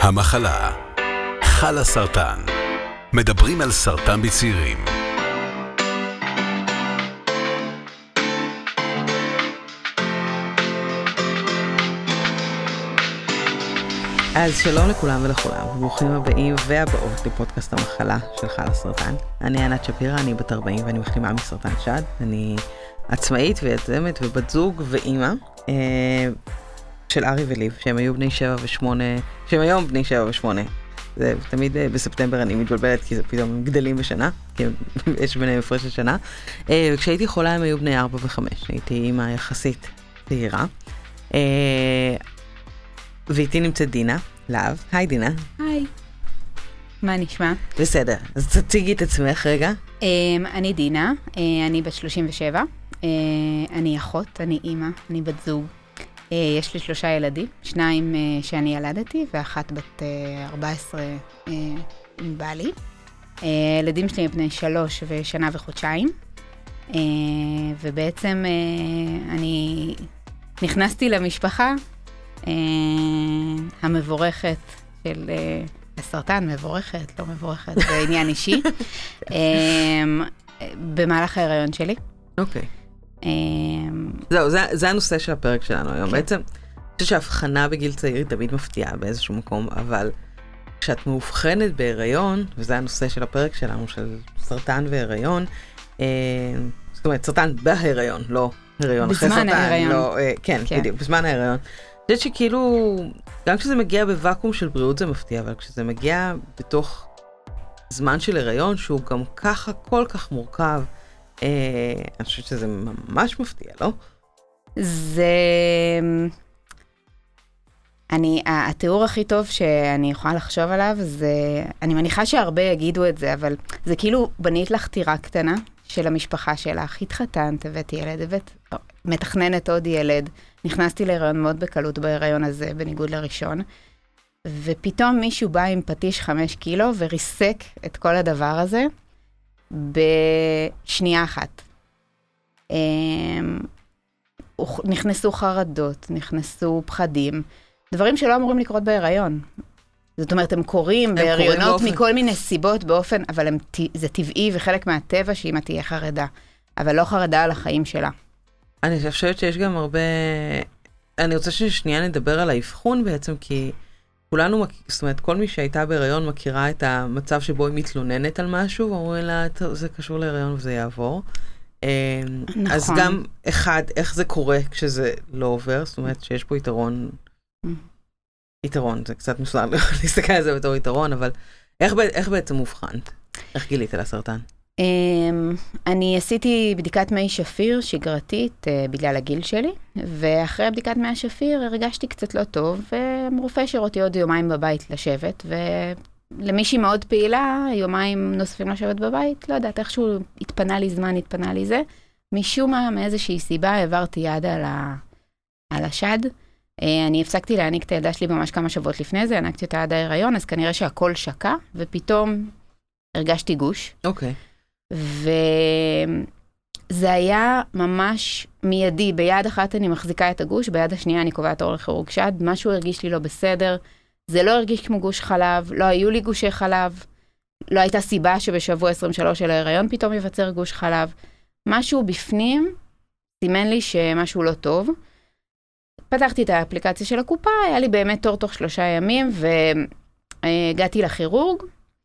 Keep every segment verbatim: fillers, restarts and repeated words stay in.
המחלה, חלה סרטן. מדברים על סרטן בצעירים. אז שלום לכולם ולכולם, ברוכים הבאים והבאות לפודקאסט המחלה של חלה סרטן. אני ענת שפירא, אני בת ארבעים ואני מחלימה מסרטן שד. אני עצמאית ויזמת ובת זוג ואימא אה, של ארי וליב, שהם היו בני שבע ושמונה, שהם היום בני שבע ושמונה. זה תמיד אה, בספטמבר אני מתבלבלת כי זה פתאום גדלים בשנה, כי יש ביניהם הפרש השנה. אה, וכשהייתי חולה הם היו בני ארבע וחמש, הייתי אימא יחסית צעירה. אה, ואיתי נמצאת דינה, להב. היי דינה. היי. מה נשמע? בסדר, אז תציגי את עצמך רגע. אני דינה, אני בת שלושים ושבע, אני אחות, אני אימא, אני בת זוג. יש לי שלושה ילדים, שניים שאני ילדתי ואחת בת ארבע עשרה עם בעלי. ילדים שלי הם בני שלוש ושנה וחודשיים. ובעצם אני נכנסתי למשפחה המבורכת של הסרטן, מבורכת, לא מבורכת, זה עניין אישי, במהלך ההיריון שלי. אוקיי. זהו, זה הנושא של הפרק שלנו היום. בעצם, אני חושבת שההבחנה בגיל צעיר תמיד מפתיעה באיזשהו מקום, אבל כשאת מאובחנת בהיריון, וזה הנושא של הפרק שלנו, של סרטן והיריון, זאת אומרת, סרטן בהיריון, לא הריון אחרי סרטן. בזמן ההיריון. כן, בדיוק, בזמן ההיריון. אני חושבת שכאילו, גם כשזה מגיע בוואקום של בריאות זה מפתיע, אבל כשזה מגיע בתוך זמן של הריון, שהוא גם ככה כל כך מורכב, אה, אני חושבת שזה ממש מפתיע, לא? זה... אני, התיאור הכי טוב שאני יכולה לחשוב עליו, זה... אני מניחה שהרבה יגידו את זה, אבל זה כאילו בנית לך טירה קטנה של המשפחה שלך, התחתנת, הבאת ילד, הבאת... מתכננת עוד ילד, נכנסתי להיריון מאוד בקלות בהיריון הזה, בניגוד לראשון, ופתאום מישהו בא עם פטיש חמש קילו וריסק את כל הדבר הזה בשנייה אחת. נכנסו חרדות, נכנסו פחדים, דברים שלא אמורים לקרות בהיריון. זאת אומרת, הם קורים בהיריונות מכל מיני סיבות באופן, אבל הם, זה טבעי וחלק מהטבע שאמא תהיה חרדה, אבל לא חרדה על החיים שלה. אני חושבת שיש גם הרבה... אני רוצה ששנייה נדבר על האבחון בעצם, כי כולנו, זאת אומרת, כל מי שהייתה בהיריון מכירה את המצב שבו היא מתלוננת על משהו, ואומרים לה, זה קשור להיריון וזה יעבור. נכון. אז גם אחד, איך זה קורה כשזה לא עובר, זאת אומרת שיש פה יתרון, יתרון, זה קצת מסוים להסתכל על זה בתור יתרון, אבל איך, איך בעצם מובחנת? איך גילית על הסרטן? אני עשיתי בדיקת מי שפיר שגרתית בגלל הגיל שלי, ואחרי בדיקת מי השפיר הרגשתי קצת לא טוב, ורופא השאיר אותי עוד יומיים בבית לשבת, ולמישהי מאוד פעילה, יומיים נוספים לשבת בבית, לא יודעת, איכשהו התפנה לי זמן, התפנה לי זה, משום מה, מאיזושהי סיבה, העברתי יד על, ה... על השד. אני הפסקתי להעניק את הילדה שלי ממש כמה שבועות לפני זה, הענקתי אותה עד ההיריון, אז כנראה שהכל שקע, ופתאום הרגשתי גוש. אוקיי. וזה היה ממש מיידי. ביד אחת אני מחזיקה את הגוש, ביד השנייה אני קובעת אור לכירורג שד. משהו הרגיש לי לא בסדר. זה לא הרגיש כמו גוש חלב, לא היו לי גושי חלב, לא הייתה סיבה שבשבוע עשרים ושלוש של ההיריון פתאום ייווצר גוש חלב. משהו בפנים סימן לי שמשהו לא טוב. פתחתי את האפליקציה של הקופה, היה לי באמת תור תוך שלושה ימים, והגעתי לכירורג.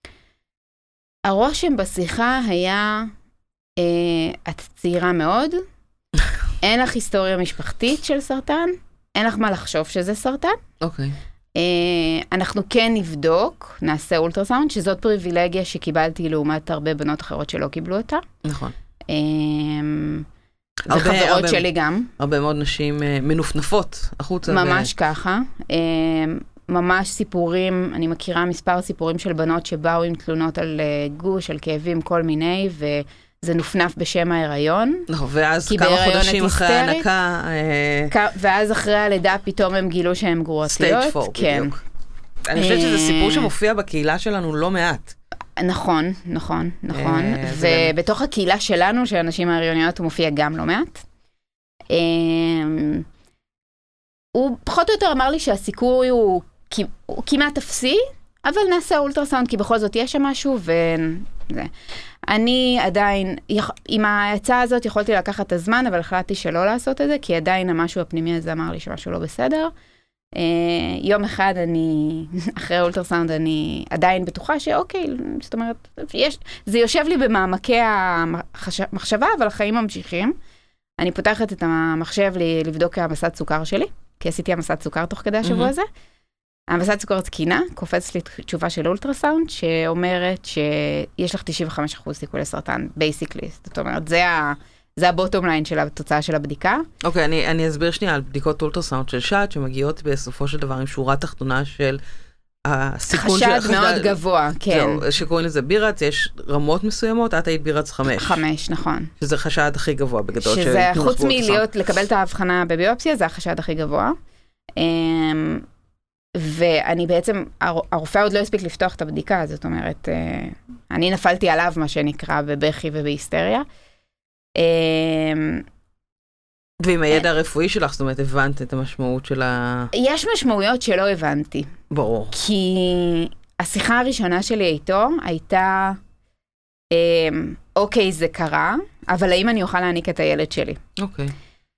הרושם בשיחה היה, אה, את צעירה מאוד, אין לך היסטוריה משפחתית של סרטן, אין לך מה לחשוב שזה סרטן. אוקיי. אה, אנחנו כן נבדוק, נעשה אולטרסאונד, שזאת פריבילגיה שקיבלתי לעומת הרבה בנות אחרות שלא קיבלו אותה. נכון. אה, וחברות הרבה, שלי גם. הרבה מאוד נשים אה, מנופנפות החוצה. ממש ו... ככה. אה, ממש סיפורים, אני מכירה מספר סיפורים של בנות שבאו עם תלונות על גוש, על כאבים, כל מיני, וזה נופנף בשם ההיריון. נכון, ואז כמה חודשים אחרי ההנקה... ואז אחרי הלידה פתאום הם גילו שהן גרורתיות. סטייג' פור, בדיוק. אני חושבת שזה סיפור שמופיע בקהילה שלנו לא מעט. נכון, נכון, נכון. ובתוך הקהילה שלנו, של הנשים ההיריוניות, הוא מופיע גם לא מעט. הוא פחות או יותר אמר לי שהסיכוי הוא הוא כמעט אפסי, אבל נעשה אולטרסאונד, כי בכל זאת יש שם משהו, וזה. אני עדיין, עם ההצעה הזאת יכולתי לקחת את הזמן, אבל החלטתי שלא לעשות את זה, כי עדיין המשהו הפנימי הזה אמר לי שמשהו לא בסדר. יום אחד אני, אחרי האולטרסאונד, אני עדיין בטוחה שאוקיי, זאת אומרת, יש, זה יושב לי במעמקי המחשבה, אבל החיים ממשיכים. אני פותחת את המחשב לי לבדוק המסד סוכר שלי, כי עשיתי המסד סוכר תוך כדי השבוע הזה. המסד סוכר תקינה, קופץ לי תשובה של אולטרסאונד, שאומרת שיש לך תשעים וחמישה אחוז סיכוי לסרטן, basically. זאת אומרת, זה ה... זה הבוטום ליין של התוצאה של הבדיקה. אוקיי, okay, אני, אני אסביר שנייה על בדיקות אולטרסאונד של שד, שמגיעות בסופו של דבר עם שורה תחתונה של הסיכון חשד של... מאוד גבוה, כן. זהו, שקוראים לזה בירץ, יש רמות מסוימות, את היית בירץ חמש. חמש, נכון. שזה חשד הכי גבוה בגדול. שזה חוץ מלהיות, לקבל את ההבחנה בביופסיה, זה החשד הכי גבוה. ואני בעצם, הרופא עוד לא הספיק לפתוח את הבדיקה, זאת אומרת, אני נפלתי עליו, מה שנקרא, בבכי ובהיסטריה. ועם הידע הרפואי שלך, זאת אומרת, הבנת את המשמעות של ה... יש משמעויות שלא הבנתי. ברור. כי השיחה הראשונה שלי איתו הייתה, אוקיי, זה קרה, אבל האם אני אוכל להעניק את הילד שלי? אוקיי.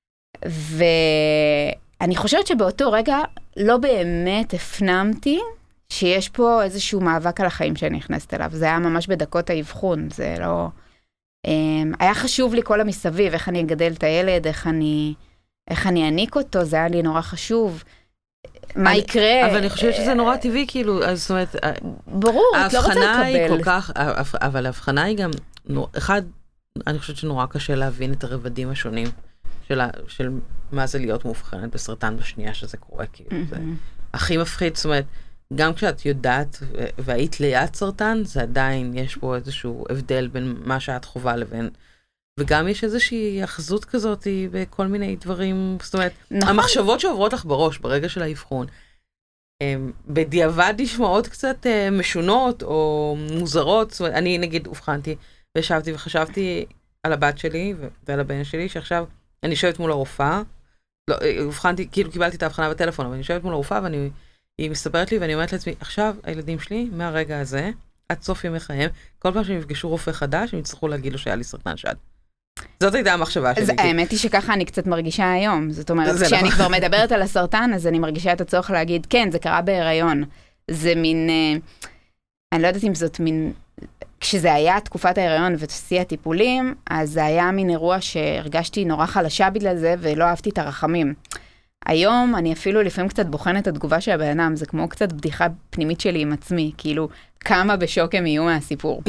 ואני חושבת שבאותו רגע לא באמת הפנמתי שיש פה איזשהו מאבק על החיים שאני נכנסת אליו. זה היה ממש בדקות האבחון, זה לא... היה חשוב לי כל המסביב, איך אני אגדל את הילד, איך אני, איך אני אעניק אותו, זה היה לי נורא חשוב. מה אני, יקרה? אבל אני חושבת שזה נורא טבעי, כאילו, זאת אומרת... ברור, את לא רוצה לקבל. ההבחנה היא כל כך, אבל ההבחנה היא גם, אחד, אני חושבת שנורא קשה להבין את הרבדים השונים של, של מה זה להיות מאובחנת בסרטן בשנייה שזה קורה, כאילו, זה הכי מפחיד, זאת אומרת, גם כשאת יודעת והיית ליד סרטן, זה עדיין, יש פה איזשהו הבדל בין מה שאת חובה לבין, וגם יש איזושהי אחזות כזאת בכל מיני דברים, זאת אומרת, נכון. המחשבות שעוברות לך בראש ברגע של האבחון, בדיעבד נשמעות קצת משונות או מוזרות, זאת אומרת, אני נגיד אובחנתי, וישבתי וחשבתי על הבת שלי ועל הבן שלי, שעכשיו אני יושבת מול הרופאה, לא, אובחנתי, כאילו קיבלתי את ההבחנה בטלפון, אבל אני יושבת מול הרופאה ואני... היא מספרת לי ואני אומרת לעצמי, עכשיו הילדים שלי, מהרגע הזה, עד סוף ימי חייהם, כל פעם שהם יפגשו רופא חדש, הם יצטרכו להגיד לו שהיה לי סרטן שד. זאת הייתה המחשבה שלי. האמת היא שככה אני קצת מרגישה היום. זאת אומרת, כשאני כבר מדברת על הסרטן, אז אני מרגישה את הצורך להגיד, כן, זה קרה בהיריון. זה מין, אני לא יודעת אם זאת מין, כשזה היה תקופת ההיריון ותעשי הטיפולים, אז זה היה מין אירוע שהרגשתי נורא חלשה בגלל זה, ולא אהבתי את הרחמים. היום אני אפילו לפעמים קצת בוחנת את התגובה של הבן אדם, זה כמו קצת בדיחה פנימית שלי עם עצמי, כאילו כמה בשוק הם יהיו מהסיפור.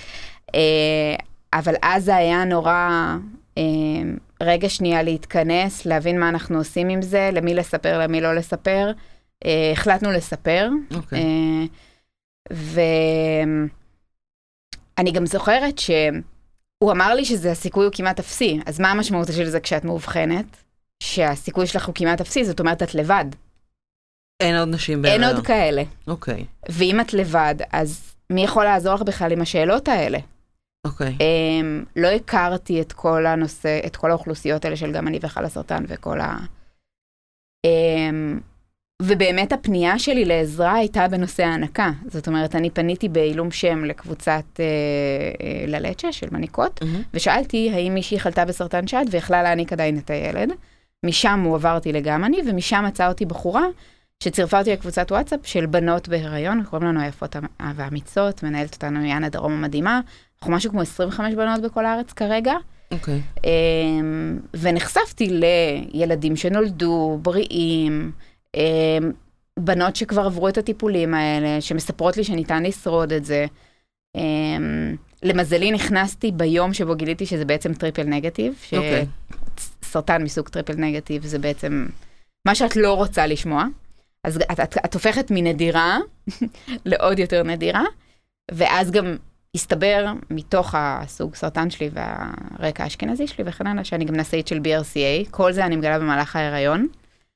אבל אז זה היה נורא רגע שנייה להתכנס, להבין מה אנחנו עושים עם זה, למי לספר, למי לא לספר. החלטנו לספר. ואני גם זוכרת שהוא אמר לי שזה הסיכוי הוא כמעט אפסי, אז מה המשמעות של זה כשאת מאובחנת? שהסיכוי שלך הוא כמעט אפסי, זאת אומרת, את לבד. אין עוד נשים בהיריון. אין עוד כאלה. אוקיי. ואם את לבד, אז מי יכול לעזור לך בכלל עם השאלות האלה? אוקיי. Um, לא הכרתי את כל הנושא, את כל האוכלוסיות האלה של גם אני וחלה סרטן וכל ה... Um, ובאמת הפנייה שלי לעזרה הייתה בנושא ההנקה. זאת אומרת, אני פניתי בעילום שם לקבוצת uh, uh, ללצ'ה של מניקות, mm-hmm. ושאלתי האם מישהי חלתה בסרטן שד ויכלה להעניק עדיין את הילד. משם הוא עברתי לגמרי, ומשם מצאה אותי בחורה שצירפה אותי לקבוצת וואטסאפ של בנות בהיריון, קוראים לנו היפות והאמיצות, מנהלת אותנו יאנה דרום המדהימה, אנחנו משהו כמו עשרים וחמש בנות בכל הארץ כרגע. אוקיי. Okay. ונחשפתי לילדים שנולדו, בריאים, בנות שכבר עברו את הטיפולים האלה, שמספרות לי שניתן לשרוד את זה. למזלי נכנסתי ביום שבו גיליתי שזה בעצם טריפל נגטיב, אוקיי. שסרטן מסוג טריפל נגטיב זה בעצם מה שאת לא רוצה לשמוע. אז את, את, את הופכת מנדירה לעוד יותר נדירה, ואז גם הסתבר מתוך הסוג סרטן שלי והרקע האשכנזי שלי וכן הלאה, שאני גם נשאית של בי אר סי איי, כל זה אני מגלה במהלך ההיריון,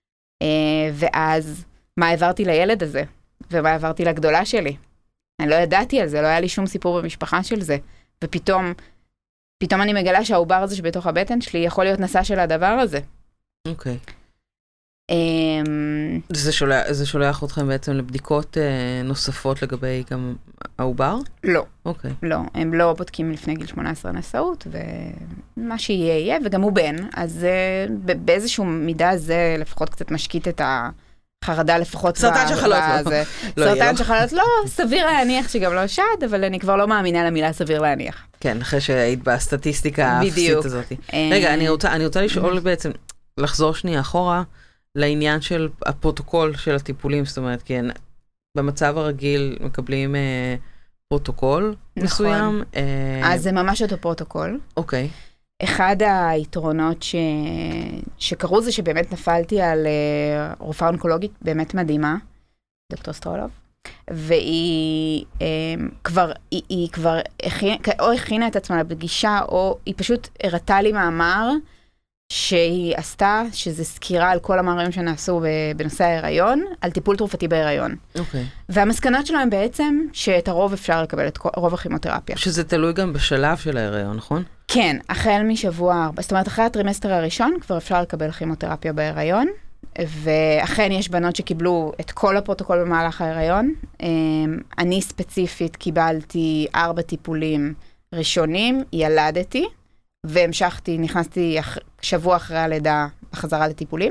ואז מה העברתי לילד הזה, ומה העברתי לגדולה שלי. אני לא ידעתי על זה, לא היה לי שום סיפור במשפחה של זה, ופתאום, פתאום אני מגלה שהעובר הזה שבתוך הבטן שלי יכול להיות נשא של הדבר הזה. אוקיי. זה שולח, זה שולח אתכם בעצם לבדיקות נוספות לגבי גם העובר? לא. אוקיי. לא, הם לא בודקים לפני גיל שמונה עשרה נשאות, ומה שיהיה יהיה, וגם הוא בן, אז באיזשהו מידה זה לפחות קצת משקיט את החרדה לפחות. סרטן שחלות לא. סרטן שחלות לא, סביר להניח שגם לא שד, אבל אני כבר לא מאמינה למילה סביר להניח. כן, אחרי שהיית בסטטיסטיקה האפסית הזאת. רגע, אני רוצה, אני רוצה לשאול בעצם, לחזור שנייה אחורה, לעניין של הפרוטוקול של הטיפולים, זאת אומרת, כי במצב הרגיל מקבלים אה, פרוטוקול נכון. מסוים. אה... אז זה ממש אותו פרוטוקול. אוקיי. אחד היתרונות ש... שקרו זה שבאמת נפלתי על אה, רופאה אונקולוגית באמת מדהימה, דוקטור סטרולוב, והיא אה, כבר, היא, היא כבר הכינה, או הכינה את עצמה לפגישה, או היא פשוט הראתה לי מאמר, שהיא עשתה, שזה סקירה על כל המאמרים שנעשו בנושא ההיריון, על טיפול תרופתי בהיריון. אוקיי. והמסקנות שלו הן בעצם שאת הרוב אפשר לקבל, את רוב הכימותרפיה. שזה תלוי גם בשלב של ההיריון, נכון? כן, החל משבוע ארבע. זאת אומרת, אחרי הטרימסטר הראשון כבר אפשר לקבל כימותרפיה בהיריון, ואכן יש בנות שקיבלו את כל הפרוטוקול במהלך ההיריון. אני ספציפית קיבלתי ארבע טיפולים ראשונים, ילדתי, והמשכתי, נכנסתי שבוע אחרי הלידה בחזרה לטיפולים.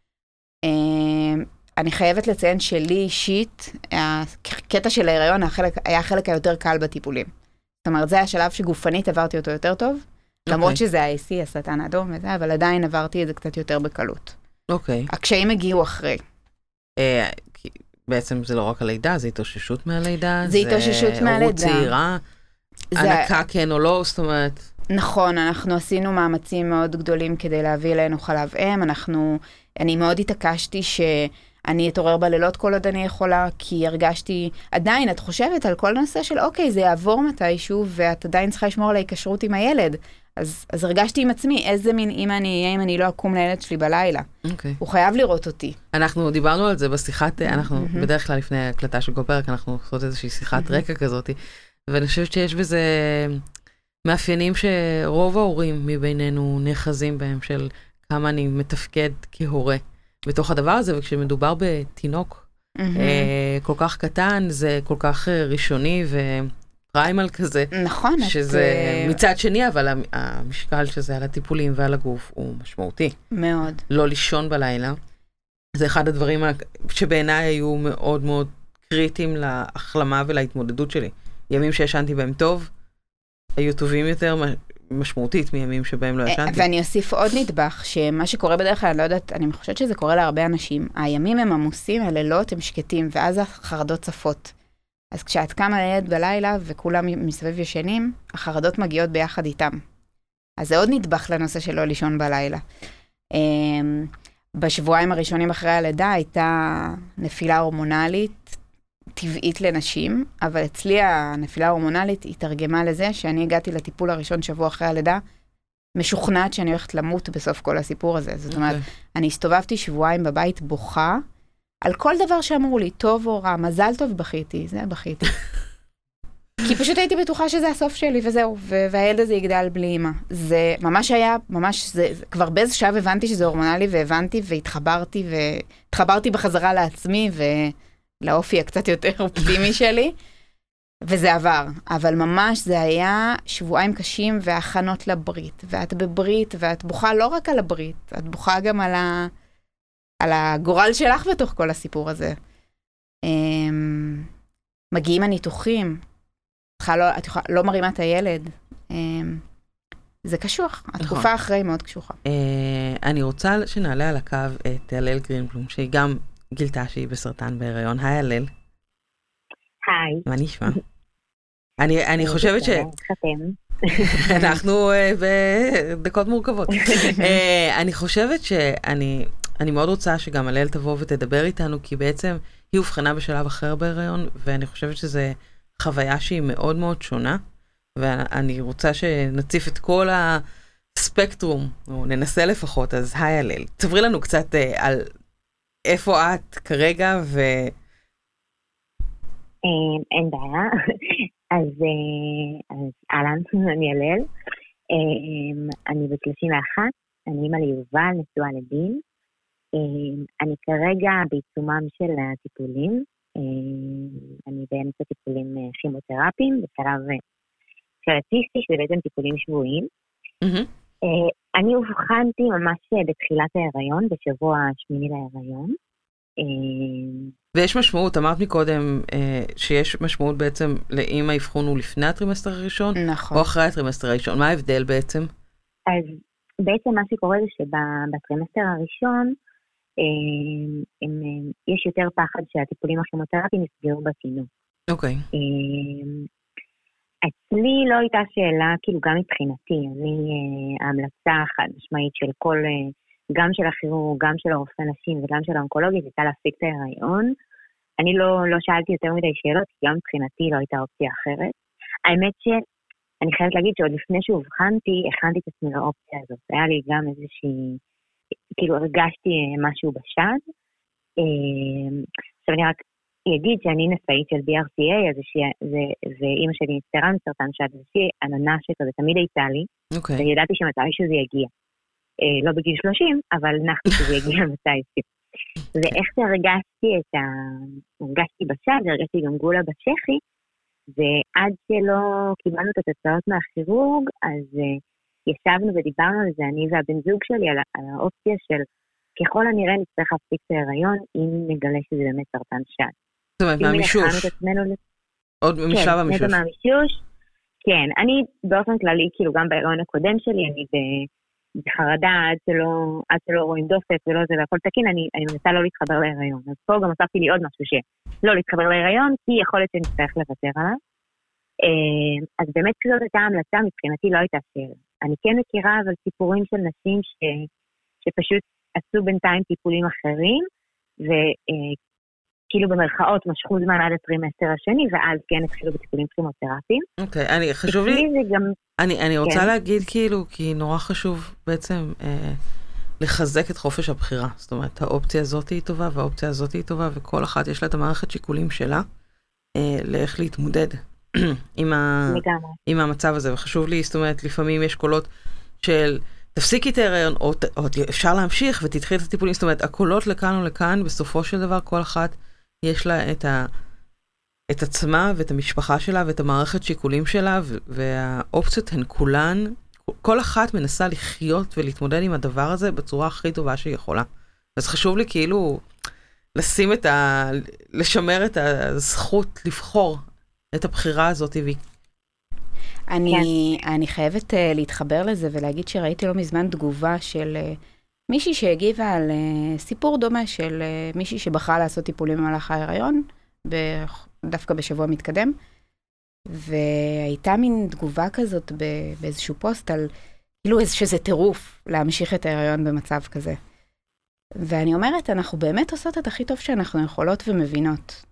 אני חייבת לציין שלי אישית, הקטע של ההיריון היה החלק היותר קל בטיפולים. זאת אומרת, זה השלב שגופנית עברתי אותו יותר טוב, למרות שזה ה-איי סי, הסרטן האדום וזה, אבל עדיין עברתי את זה קצת יותר בקלות. אוקיי. הקשיים הגיעו אחרי. בעצם זה לא רק הלידה, זה התאוששות מהלידה, זה התאוששות מהלידה. הורות צעירה, הנקה כן או לא, זאת אומרת... נכון, אנחנו עשינו מאמצים מאוד גדולים כדי להביא אלינו חלב אם, אנחנו, אני מאוד התעקשתי שאני אתעורר בלילות כל עוד אני יכולה, כי הרגשתי, עדיין את חושבת על כל נושא של אוקיי, זה יעבור מתישהו, ואת עדיין צריכה לשמור על ההיקשרות עם הילד. אז, אז הרגשתי עם עצמי, איזה מין אמא אני אהיה אם אני לא אקום לילד שלי בלילה. Okay. הוא חייב לראות אותי. אנחנו דיברנו על זה בשיחת, אנחנו mm-hmm. בדרך כלל לפני הקלטה של כל פרק, אנחנו עושות איזושהי שיחת mm-hmm. רקע כזאת, ואני חושבת שיש בזה מאפיינים שרוב ההורים מבינינו נחזים בהם, של כמה אני מתפקד כהורה בתוך הדבר הזה, וכשמדובר בתינוק mm-hmm. אה, כל כך קטן, זה כל כך ראשוני ו... פריימל כזה, נכון, שזה את... מצד שני, אבל המשקל שזה על הטיפולים ועל הגוף הוא משמעותי. מאוד. לא לישון בלילה. זה אחד הדברים שבעיניי היו מאוד מאוד קריטיים להחלמה ולהתמודדות שלי. ימים שישנתי בהם טוב, היו טובים יותר משמעותית מימים שבהם לא ישנתי. ואני אוסיף עוד נדבך, שמה שקורה בדרך כלל, אני לא יודעת, אני חושבת שזה קורה להרבה אנשים. הימים הם עמוסים, הלילות הם שקטים, ואז החרדות צפות. אז כשאת קמה לילד בלילה וכולם מסביב ישנים, החרדות מגיעות ביחד איתם. אז זה עוד נדבך לנושא של לא לישון בלילה. בשבועיים הראשונים אחרי הלידה הייתה נפילה הורמונלית טבעית לנשים, אבל אצלי הנפילה ההורמונלית התרגמה לזה שאני הגעתי לטיפול הראשון שבוע אחרי הלידה, משוכנעת שאני הולכת למות בסוף כל הסיפור הזה. זאת אומרת, אני הסתובבתי שבועיים בבית בוכה, על כל דבר שאמרו לי, טוב או רע, מזל טוב בכיתי, זה בכיתי. כי פשוט הייתי בטוחה שזה הסוף שלי וזהו, והילד הזה יגדל בלי אמא. זה ממש היה, ממש, זה, כבר באיזה שעה הבנתי שזה הורמונלי, והבנתי והתחברתי, והתחברתי בחזרה לעצמי, ולאופי הקצת יותר אופטימי שלי, וזה עבר. אבל ממש זה היה שבועיים קשים, והכנות לברית, ואת בברית, ואת בוכה לא רק על הברית, את בוכה גם על ה... על הגורל שלך בתוך כל הסיפור הזה. מגיעים הניתוחים, את לא מרימה את הילד. זה קשוח. התקופה אחרי מאוד קשוחה. אני רוצה שנעלה על הקו את הלל גרינבלום, שהיא גם גילתה שהיא בסרטן בהיריון. היי הלל. היי. מה נשמע? אני חושבת ש... אנחנו בדקות מורכבות. אני חושבת שאני... אני מאוד רוצה שגם הלל תבוא ותדבר איתנו, כי בעצם היא הובחנה בשלב אחר בהיריון, ואני חושבת שזו חוויה שהיא מאוד מאוד שונה, ואני רוצה שנציף את כל הספקטרום, או ננסה לפחות, אז היי הלל, תספרי לנו קצת אה, על איפה את כרגע, ו... אין בעיה. אז אהלן, אני הלל. אני בת שלושים ואחת, אני אמא ליובל, נשואה לדין. אני כרגע בעיצומם של הטיפולים, אני באמצע טיפולים כימותרפיים, בשלב קלטיסטי, שזה בעצם טיפולים שבועיים. אני אובחנתי ממש בתחילת ההיריון, בשבוע השמיני להיריון. ויש משמעות, אמרת מקודם שיש משמעות בעצם לאם האבחון הוא לפני הטרימסטר הראשון, נכון. או אחרי הטרימסטר הראשון. מה ההבדל בעצם? אז בעצם מה שקורה זה שבטרימסטר הראשון, יש יותר פחד שהטיפולים הכימותרפיים יסגרו בתינוק. אוקיי. אצלי לא הייתה שאלה, כאילו גם מבחינתי, אני, ההמלצה החד משמעית של כל, גם של הכירורג, גם של הרופא נשים וגם של האונקולוגית, הייתה להפסיק את ההיריון. אני לא, לא שאלתי יותר מדי שאלות, כי גם מבחינתי לא הייתה אופציה אחרת. האמת שאני חייבת להגיד שעוד לפני שהובחנתי, הכנתי את עצמי לאופציה הזאת. היה לי גם איזושהי, כאילו הרגשתי משהו בשד. עכשיו אני רק אגיד שאני נשאית של בי אר סי איי, אז ואימא שלי נפטרה מסרטן שד, אז שהיא עננה שכזה תמיד הייתה לי, אוקיי. וידעתי שמתי שזה יגיע. לא בגיל שלושים, אבל נחתי שזה יגיע מתי זה. ואיך שהרגשתי את ה... הרגשתי בשד, הרגשתי גם גולה בשכי, ועד שלא קיבלנו את התוצאות מהכירורג, אז ישבנו ודיברנו על זה, אני והבן זוג שלי, על האופציה של ככל הנראה נצטרך להפסיק את ההיריון, אם נגלה שזה באמת סרטן שד. זאת אומרת, מהמישוש. עוד משלב המישוש. כן, מהמישוש. כן, אני באופן כללי, כאילו גם בהיריון הקודם שלי, אני בחרדה עד שלא, עד שלא רואים דופק ולא זה והכל תקין, אני, אני מנסה לא להתחבר להיריון. אז פה גם הוספתי לי עוד משהו שלא להתחבר להיריון, כי יכול להיות שנצטרך לוותר עליו. אז באמת כזאת הייתה המלצה, מבחינתי לא הייתה שאלה. אני כן מכירה אבל סיפורים של נשים ש, שפשוט עשו בינתיים טיפולים אחרים, וכאילו במרכאות משכו זמן עד הטרימסטר השני, ואז כן התחילו בטיפולים כימותרפיים. אוקיי, אני, חשוב לי, אני, אני רוצה להגיד כאילו, כי נורא חשוב בעצם אה, לחזק את חופש הבחירה. זאת אומרת, האופציה הזאת היא טובה, והאופציה הזאת היא טובה, וכל אחת יש לה את המערכת שיקולים שלה, אה, לאיך להתמודד עם, ה, עם המצב הזה. וחשוב לי, זאת אומרת, לפעמים יש קולות של תפסיקי את ההיריון, או, או אפשר להמשיך ותתחיל את הטיפולים. זאת אומרת, הקולות לכאן ולכאן, בסופו של דבר, כל אחת יש לה את, ה, את עצמה ואת המשפחה שלה ואת המערכת שיקולים שלה, והאופציות הן כולן, כל אחת מנסה לחיות ולהתמודד עם הדבר הזה בצורה הכי טובה שהיא יכולה. אז חשוב לי כאילו לשים את ה... לשמר את הזכות לבחור את הבחירה הזאת. אני, כן. אני חייבת uh, להתחבר לזה ולהגיד שראיתי לא מזמן תגובה של uh, מישהי שהגיבה על uh, סיפור דומה של uh, מישהי שבחרה לעשות טיפולים במהלך ההיריון, ב- דווקא בשבוע מתקדם, והייתה מין תגובה כזאת ב- באיזשהו פוסט על כאילו שזה טירוף להמשיך את ההיריון במצב כזה. ואני אומרת, אנחנו באמת עושות את הכי טוב שאנחנו יכולות ומבינות.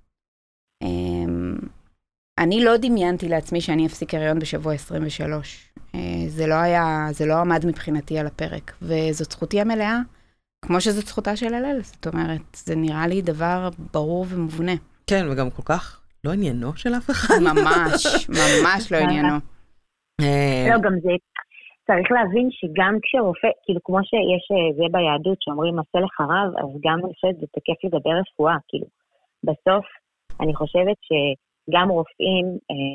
Um, אני לא דמיינתי לעצמי שאני אפסיק הריון בשבוע עשרים ושלוש. זה לא היה, זה לא עמד מבחינתי על הפרק. וזאת זכותי המלאה, כמו שזאת זכותה של הלל. זאת אומרת, זה נראה לי דבר ברור ומובנה. כן, וגם כל כך לא עניינו של אף אחד. ממש, ממש לא עניינו. לא, גם זה, צריך להבין שגם כשרופא, כאילו כמו שיש זה ביהדות שאומרים עשה לך רב, אז גם אני חושבת זה תקף לגבי רפואה. כאילו, בסוף אני חושבת ש גם רופאים,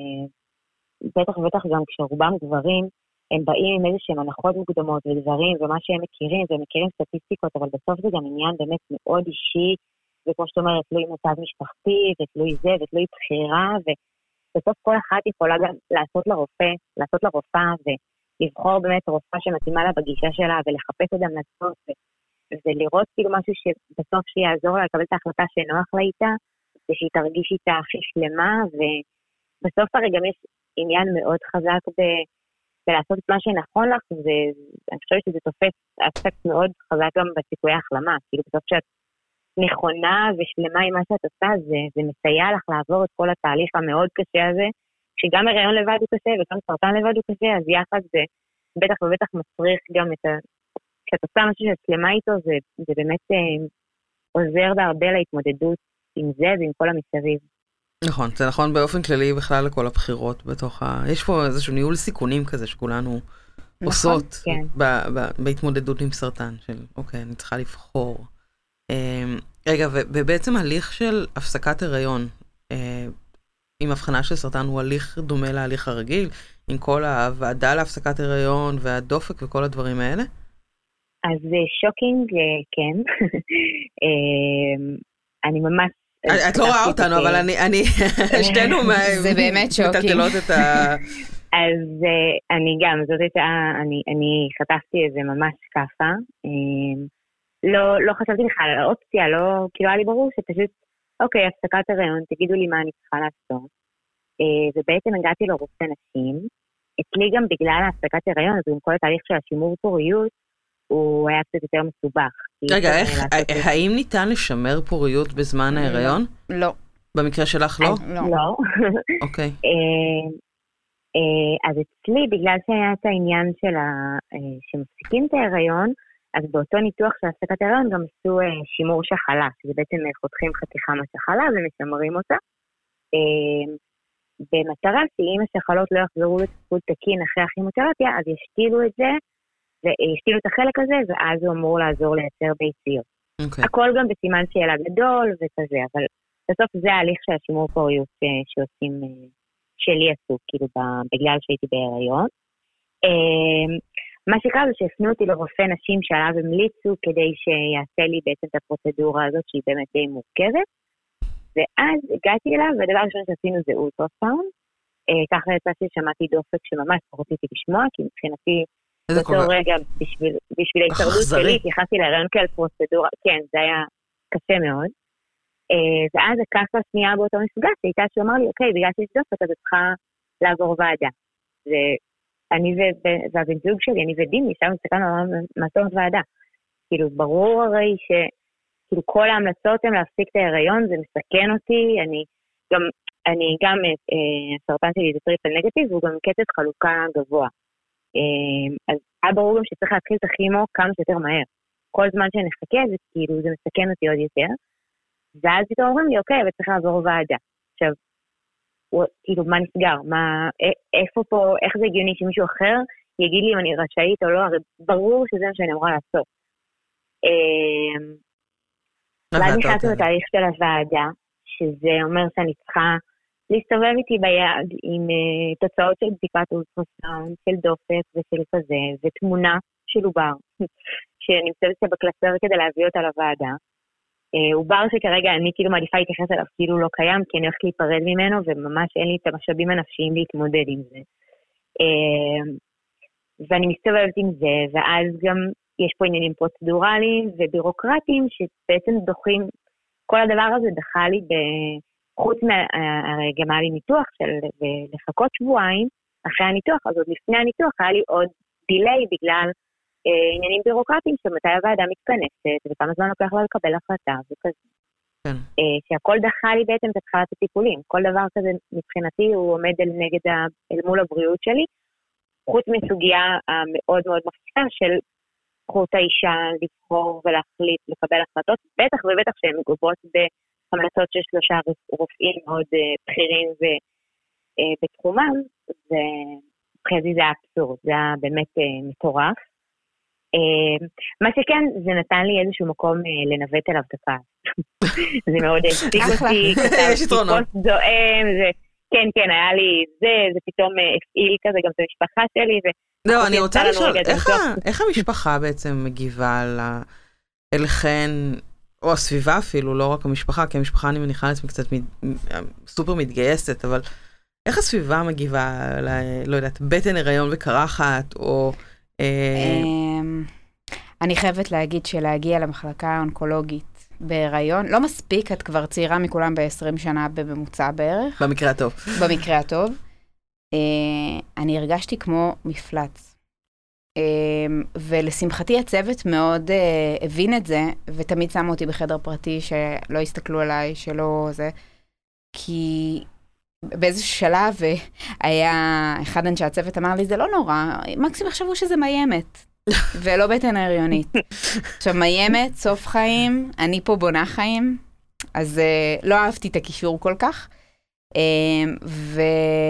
בטח ובטח גם כשרובם גברים, הם באים עם איזה שהם הנחות מוקדמות ודברים, ומה שהם מכירים, והם מכירים סטטיסטיקות, אבל בסוף זה גם עניין באמת מאוד אישי, וכמו שאת אומרת, תלוי מצב משפחתי, ותלוי זה, ותלוי בחירה, ובסוף כל אחת יכולה גם לעשות לרופא, לעשות לרופאה, ולבחור באמת רופאה שמתאימה לה בגישה שלה, ולחפש את המלצות, ולראות כאילו משהו שבסוף שיעזור לה לקבל את ההחלטה שנוח לה איתה, ושהיא תרגיש איתה הכי שלמה, ובסוף הרי גם יש עניין מאוד חזק ב- בלעשות את מה שנכון לך, ואני חושבת שזה תופס אספקט מאוד חזק גם בסיכויי ההחלמה, כאילו בסוף שאת נכונה ושלמה עם מה שאת עושה, זה, זה מסייע לך לעבור את כל התהליך המאוד קשה הזה, שגם הריון לבד הוא קשה, וגם סרטן לבד הוא קשה, אז יחד זה בטח ובטח מצריך גם את ה... כשאת עושה משהו שאת שלמה איתו, זה, זה באמת אה, עוזר בהרבה להתמודדות, עם זה ועם כל המסביב. נכון, זה נכון באופן כללי בכלל לכל הבחירות בתוך ה... יש פה איזשהו ניהול סיכונים כזה שכולנו נכון, עושות כן. ב- ב- בהתמודדות עם סרטן של אוקיי, אני צריכה לבחור רגע, ובעצם הליך של הפסקת הריון, עם הבחנה של סרטן, הוא הליך דומה להליך הרגיל, עם כל הוועדה להפסקת הריון והדופק וכל הדברים האלה? אז שוקינג, כן. אני ממש... את לא רואה אותנו, אבל אני... שתינו מטלטלות את ה... אז אני גם, זאת הייתה... אני חטפתי איזה ממש ככה. לא חשבתי לך על האופציה, כאילו היה לי ברור שפשוט, אוקיי, הפסקת הריון, תגידו לי מה אני צריכה לעשות. ובעצם הגעתי לרופא נשים. אצלי גם בגלל הפסקת הריון, אז עם כל התהליך של השימור פוריות, הוא היה קצת יותר מסובך. רגע, האם ניתן לשמר פוריות בזמן ההיריון? לא. במקרה שלך לא? לא. אוקיי. אז אצלי, בגלל שהיה את העניין של שמפסיקים את ההיריון, אז באותו ניתוח של הפסקת ההיריון גם עשו שימור שחלה, שזה בעצם חותכים חתיכה מהשחלה ומשמרים אותה. במטרה שאם השחלות לא יחזרו לתפקוד תקין אחרי הכימותרפיה, אז ישתילו את זה, וישתילו את החלק הזה, ואז הוא אמור לעזור לייצר ביציות. Okay. הכל גם בסימן שאלה גדול וכזה, אבל בסוף זה ההליך של השימור פוריות שעושים, שלי עשו, כאילו בגלל שהייתי בהיריון. מה שקרה זה שהפנו אותי לרופא נשים שעליו המליצו, כדי שיעשה לי בעצם את הפרוצדורה הזאת, שהיא באמת די מורכבת. ואז הגעתי אליו, והדבר ראשון שעשינו זה אולטרסאונד. ככה יצא ששמעתי דופק שממש רציתי לשמוע, כי מבחינתי, באותו רגע, בשביל ההתערבות שלי, התייחסתי להיריון כאל פרוצדורה, כן, זה היה קשה מאוד. ואז הכף השנייה באותו מפגש, הייתה שאומר לי, אוקיי, בגלל שיש דופק, אז את צריכה לעבור ועדה. ואני והבן זוג שלי, אני ודים, נשאר מסתכלנו מעשות ועדה. כאילו, ברור הרי ש... כאילו כל ההמלצות הן להפסיק את ההיריון, זה מסכן אותי, אני גם, אני גם, הסרטן שלי זה טריפל נגטיב, והוא גם קצב חלוקה גבוה. אז היה ברור גם שצריך להתחיל את הכימו כמה שיותר מהר. כל זמן שנחכה, זה כאילו, זה מסכן אותי עוד יותר. ואז פתאום אומרים לי, אוקיי, אבל צריך לעבור ועדה. עכשיו, כאילו, מה נסגר? מה, איפה פה, איך זה הגיוני שמישהו אחר יגיד לי אם אני רשאית או לא? הרי ברור שזה מה שאני אמורה לעשות. ואז נכנסנו לתהליך של הוועדה, שזה אומר שאני צריכה להסתובב איתי ביד עם uh, תוצאות של בדיקת אולטרסאונד, של דופק ושל כזה, ותמונה של עובר, שנמצאת בקלסר כדי להביא אותה לוועדה. Uh, עובר שכרגע אני כאילו מעדיפה להתייחס אליו כאילו לא קיים, כי אני הולכת להיפרד ממנו, וממש אין לי את המשאבים הנפשיים להתמודד עם זה. Uh, ואני מסתובבת עם זה, ואז גם יש פה עניינים פרוצדורליים ובירוקרטיים שבעצם דוחים, כל הדבר הזה דחה לי, חוץ מהרגע היה לי ניתוח של לחכות שבועיים אחרי הניתוח, אז עוד לפני הניתוח היה לי עוד דיליי בגלל אה, עניינים בירוקרטיים שמתי הוועדה מתכנסת וכמה זמן לוקח לה לקבל החלטה וכזה. כן. אה, שהכל דחה לי בעצם את התחלת הטיפולים, כל דבר כזה מבחינתי הוא עומד אל נגד ה, אל מול הבריאות שלי, חוץ מסוגיה המאוד מאוד מפתיעה של זכות האישה לבחור ולהחליט, לקבל החלטות, בטח ובטח שהן מגובות בהמלצות של שלושה רופאים מאוד בכירים בתחומם, ובחזי זה אבסורד, זה היה באמת מטורף. מה שכן, זה נתן לי איזשהו מקום לנווט אליו את הכעס. זה מאוד העסיק אותי, כתבתי פוסט זועם, זה... כן, כן, היה לי זה, זה פתאום הפעיל כזה גם את המשפחה שלי. לא, אני רוצה לשאול, איך המשפחה בעצם מגיבה אליכן, או הסביבה אפילו, לא רק המשפחה, כי המשפחה אני מניחה לעצמי קצת סופר מתגייסת, אבל איך הסביבה מגיבה, לא יודעת, בטן הריון וקרחת, או... אני חייבת להגיד שלהגיע למחלקה האונקולוגית, בהיריון, לא מספיק, את כבר צעירה מכולם ב-עשרים שנה בממוצע בערך. במקרה הטוב. במקרה הטוב. אני הרגשתי כמו מפלץ. ולשמחתי הצוות מאוד הבין את זה, ותמיד שמו אותי בחדר פרטי שלא הסתכלו עליי, שלא זה, כי באיזשהו שלב היה אחד אנשי הצוות אמר לי, זה לא נורא, מקסימום חשבו שזה מיימת. ולא בטן הריונית. עכשיו, מיימת, סוף חיים, אני פה בונה חיים, אז uh, לא אהבתי את הקישור כל כך. Uh, ו...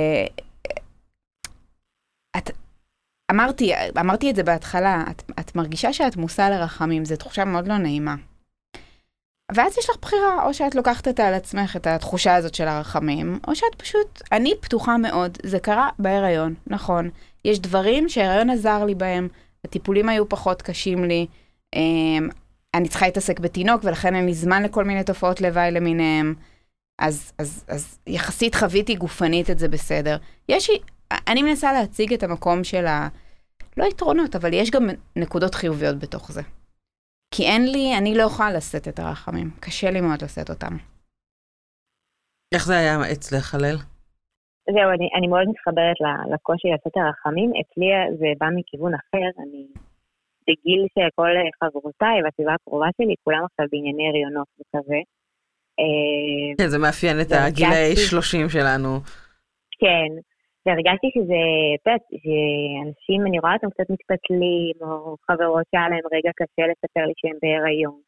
את... אמרתי, אמרתי את זה בהתחלה, את, את מרגישה שאת מוסה לרחמים, זו תחושה מאוד לא נעימה. ואז יש לך בחירה, או שאת לוקחת את על עצמך את התחושה הזאת של הרחמים, או שאת פשוט, אני פתוחה מאוד, זה קרה בהיריון, נכון. יש דברים שההיריון עזר לי בהם, הטיפולים היו פחות קשים לי, אני צריכה להתעסק בתינוק, ולכן אין לי זמן לכל מיני תופעות לוואי למיניהם, אז, אז, אז יחסית חוויתי גופנית את זה בסדר. יש, אני מנסה להציג את המקום של ה... לא יתרונות, אבל יש גם נקודות חיוביות בתוך זה. כי אין לי, אני לא יכולה לשאת את הרחמים. קשה לי מאוד לשאת אותם. איך זה היה אצלך, הלל? זהו, אני, אני מאוד מתחברת לקושי לשאת הרחמים. אצלי זה בא מכיוון אחר. אני בגיל שכל חברותיי והסביבה הקרובה שלי, כולם עכשיו בענייני הריונות וכזה. כן, זה מאפיין את הגילי שלושים שלנו. כן. והרגשתי שזה, פת, שאנשים, אני רואה אותם קצת מתפתלים, או חברות שהיה להם רגע קשה לספר לי שהם בהיריון.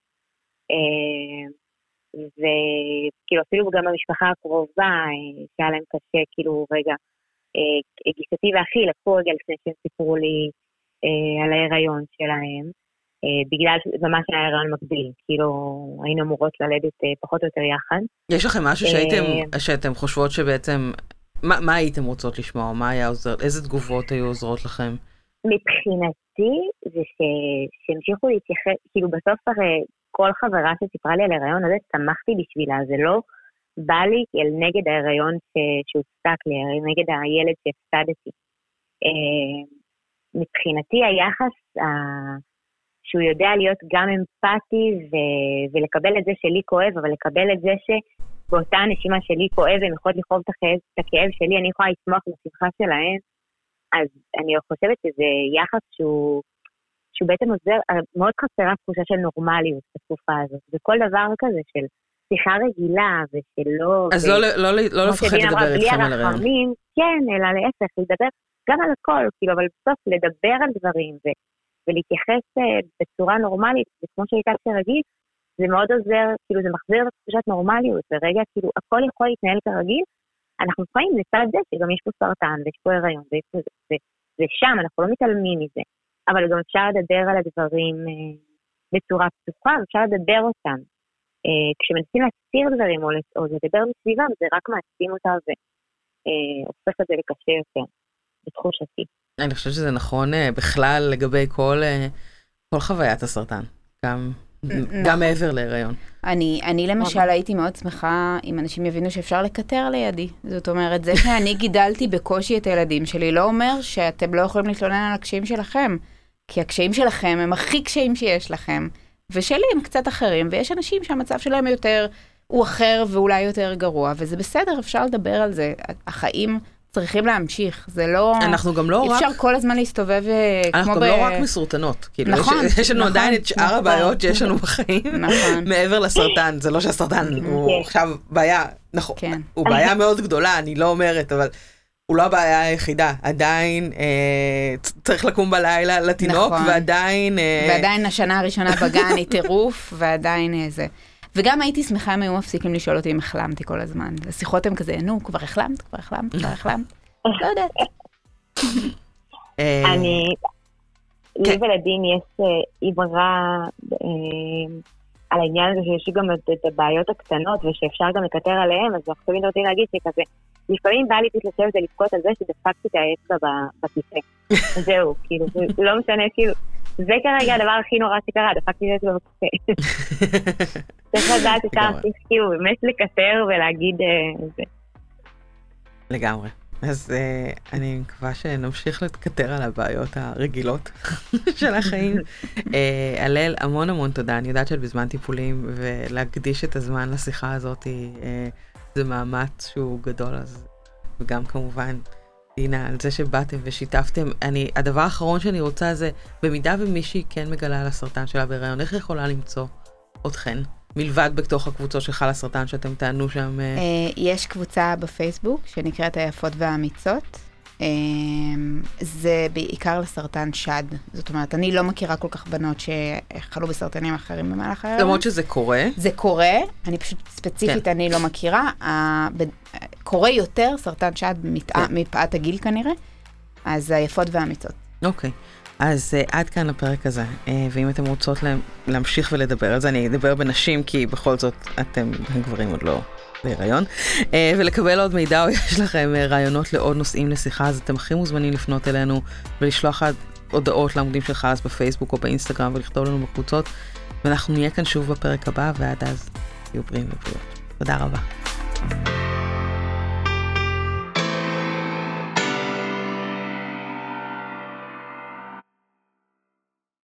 וכאילו אפילו גם במשפחה הקרובה, שהיה להם קשה, כאילו רגע, גיסתי ואחי לקחו רגע לפני שהם סיפרו לי על ההיריון שלהם, בגלל ממש היה הריון מקביל, כאילו היינו אמורות ללדת פחות או יותר יחד. יש לכם משהו שהייתם, שאתם חושבות שבעצם... מה, מה הייתם רוצות לשמוע? מה היה עוזר? איזה תגובות היו עוזרות לכם? מבחינתי זה ש... שהמשיכו להתייחס, כאילו בסוף הרי כל חברה שסיפרה לי על ההיריון הזה, שמחתי בשבילה, זה לא בא לי אל נגד ההיריון ש... שהופסק לי, נגד הילד שהפסדתי. מבחינתי היחס ה... שהוא יודע להיות גם אמפתי ו... ולקבל את זה שלי כואב, אבל לקבל את זה ש... באותה הנשימה שלי כואב, הם יכולות לכאוב את הכאב שלי, אני יכולה לשמוח בשמחה שלהם, אז אני חושבת שזה יחס שהוא, שהוא בעצם עוזר, מאוד חסרה תחושה של נורמליות בתקופה הזאת, וכל דבר כזה של שיחה רגילה, ושלא... אז ו... לא, לא, לא לפחד לדבר איתכם על הרעיון. כן, אלא להפך, לדבר גם על הכל, כאילו, אבל בסוף לדבר על דברים, ו... ולהתייחס בצורה נורמלית, וכמו שהייתה כרגיל, זה מאוד עוזר, כאילו זה מחזיר לתחושת נורמליות, ורגע כאילו הכל יכול להתנהל כרגיל, אנחנו חיים לצד זה שגם יש פה סרטן, ויש פה הריון, ושם אנחנו לא מתעלמים מזה, אבל גם אפשר לדבר על הדברים אה, בצורה פתוחה, אפשר לדבר אותם. אה, כשמנסים להסתיר דברים או, או לדבר מסביבם, זה רק מעצים אותה והופך אה, את זה לקשה יותר, בתחושתי. אני חושבת שזה נכון אה, בכלל לגבי כל, אה, כל חוויית הסרטן, גם... גם מעבר להיריון. אני, אני למשל הייתי מאוד שמחה אם אנשים יבינו שאפשר לקטר לידי. זאת אומרת, זה שאני גידלתי בקושי את הילדים שלי, לא אומר שאתם לא יכולים להתלונן על הקשיים שלכם, כי הקשיים שלכם הם הכי קשיים שיש לכם, ושלי הם קצת אחרים, ויש אנשים שהמצב שלהם יותר, הוא אחר ואולי יותר גרוע, וזה בסדר, אפשר לדבר על זה. החיים צריכים להמשיך, זה לא... אנחנו גם לא רק... אפשר כל הזמן להסתובב כמו ב... אנחנו גם לא רק מסורטנות, כאילו, יש לנו עדיין את שאר הבעיות שיש לנו בחיים, מעבר לסרטן, זה לא שהסרטן הוא עכשיו בעיה, נכון, הוא בעיה מאוד גדולה, אני לא אומרת, אבל הוא לא הבעיה היחידה, עדיין צריך לקום בלילה לתינוק, ועדיין... ועדיין השנה הראשונה בגן היא טירוף, ועדיין זה... וגם הייתי שמחה אם היו מפסיקים לשאול אותי אם החלמתי כל הזמן. השיחות הן כזה, נו, כבר החלמת, כבר החלמת, כבר החלמת. לא יודעת. אני, לי ולדין יש עברה על העניין הזה שיש גם את הבעיות הקטנות, ושאפשר גם לקטר עליהם, אז אנחנו תמיד רוצים להגיד שכזה, לפעמים בא לי לשבת ולבכות על זה שדפקתי את האצבע בכיסא. זהו, כאילו, לא משנה, כאילו, זה כרגע הדבר הכי נורא שקרה, דפקתי את זה בכיסא. צריך לדעת את הרציך, כאילו, באמת לקטר ולהגיד זה. לגמרי. אז אני מקווה שנמשיך לקטר על הבעיות הרגילות של החיים. הלל, המון המון תודה. אני יודעת שאת בזמן טיפולים, ולהקדיש את הזמן לשיחה הזאת, זה מאמץ שהוא גדול, אז וגם כמובן, דינה, על זה שבאתם ושיתפתם. אני, הדבר האחרון שאני רוצה זה, במידה ומישהי כן מגלה על הסרטן שלה בהיריון, איך יכולה למצוא אתכן? מלבד בתוך הקבוצות של חלה סרטן שאתם טענו שם? יש קבוצה בפייסבוק שנקראת היפות והאמיצות. זה בעיקר לסרטן שד. זאת אומרת, אני לא מכירה כל כך בנות שחלו בסרטנים אחרים במהלך ההיריון. למרות שזה קורה? זה קורה, אני פשוט ספציפית אני לא מכירה. קורה יותר סרטן שד מפאת הגיל כנראה, אז היפות והאמיצות. אוקיי. אז uh, עד כאן הפרק הזה, uh, ואם אתם רוצות לה, להמשיך ולדבר על זה, אני אדבר בנשים, כי בכל זאת אתם, הגברים עוד לא בהיריון, uh, ולקבל עוד מידע, או יש לכם uh, רעיונות לעוד נושאים לשיחה, אז אתם הכי מוזמנים לפנות אלינו, ולשלוח הודעות לעמודים של חלאס בפייסבוק או באינסטגרם, ולכתוב לנו בקבוצות, ואנחנו נהיה כאן שוב בפרק הבא, ועד אז תהיו בריאים ובריאות. תודה רבה.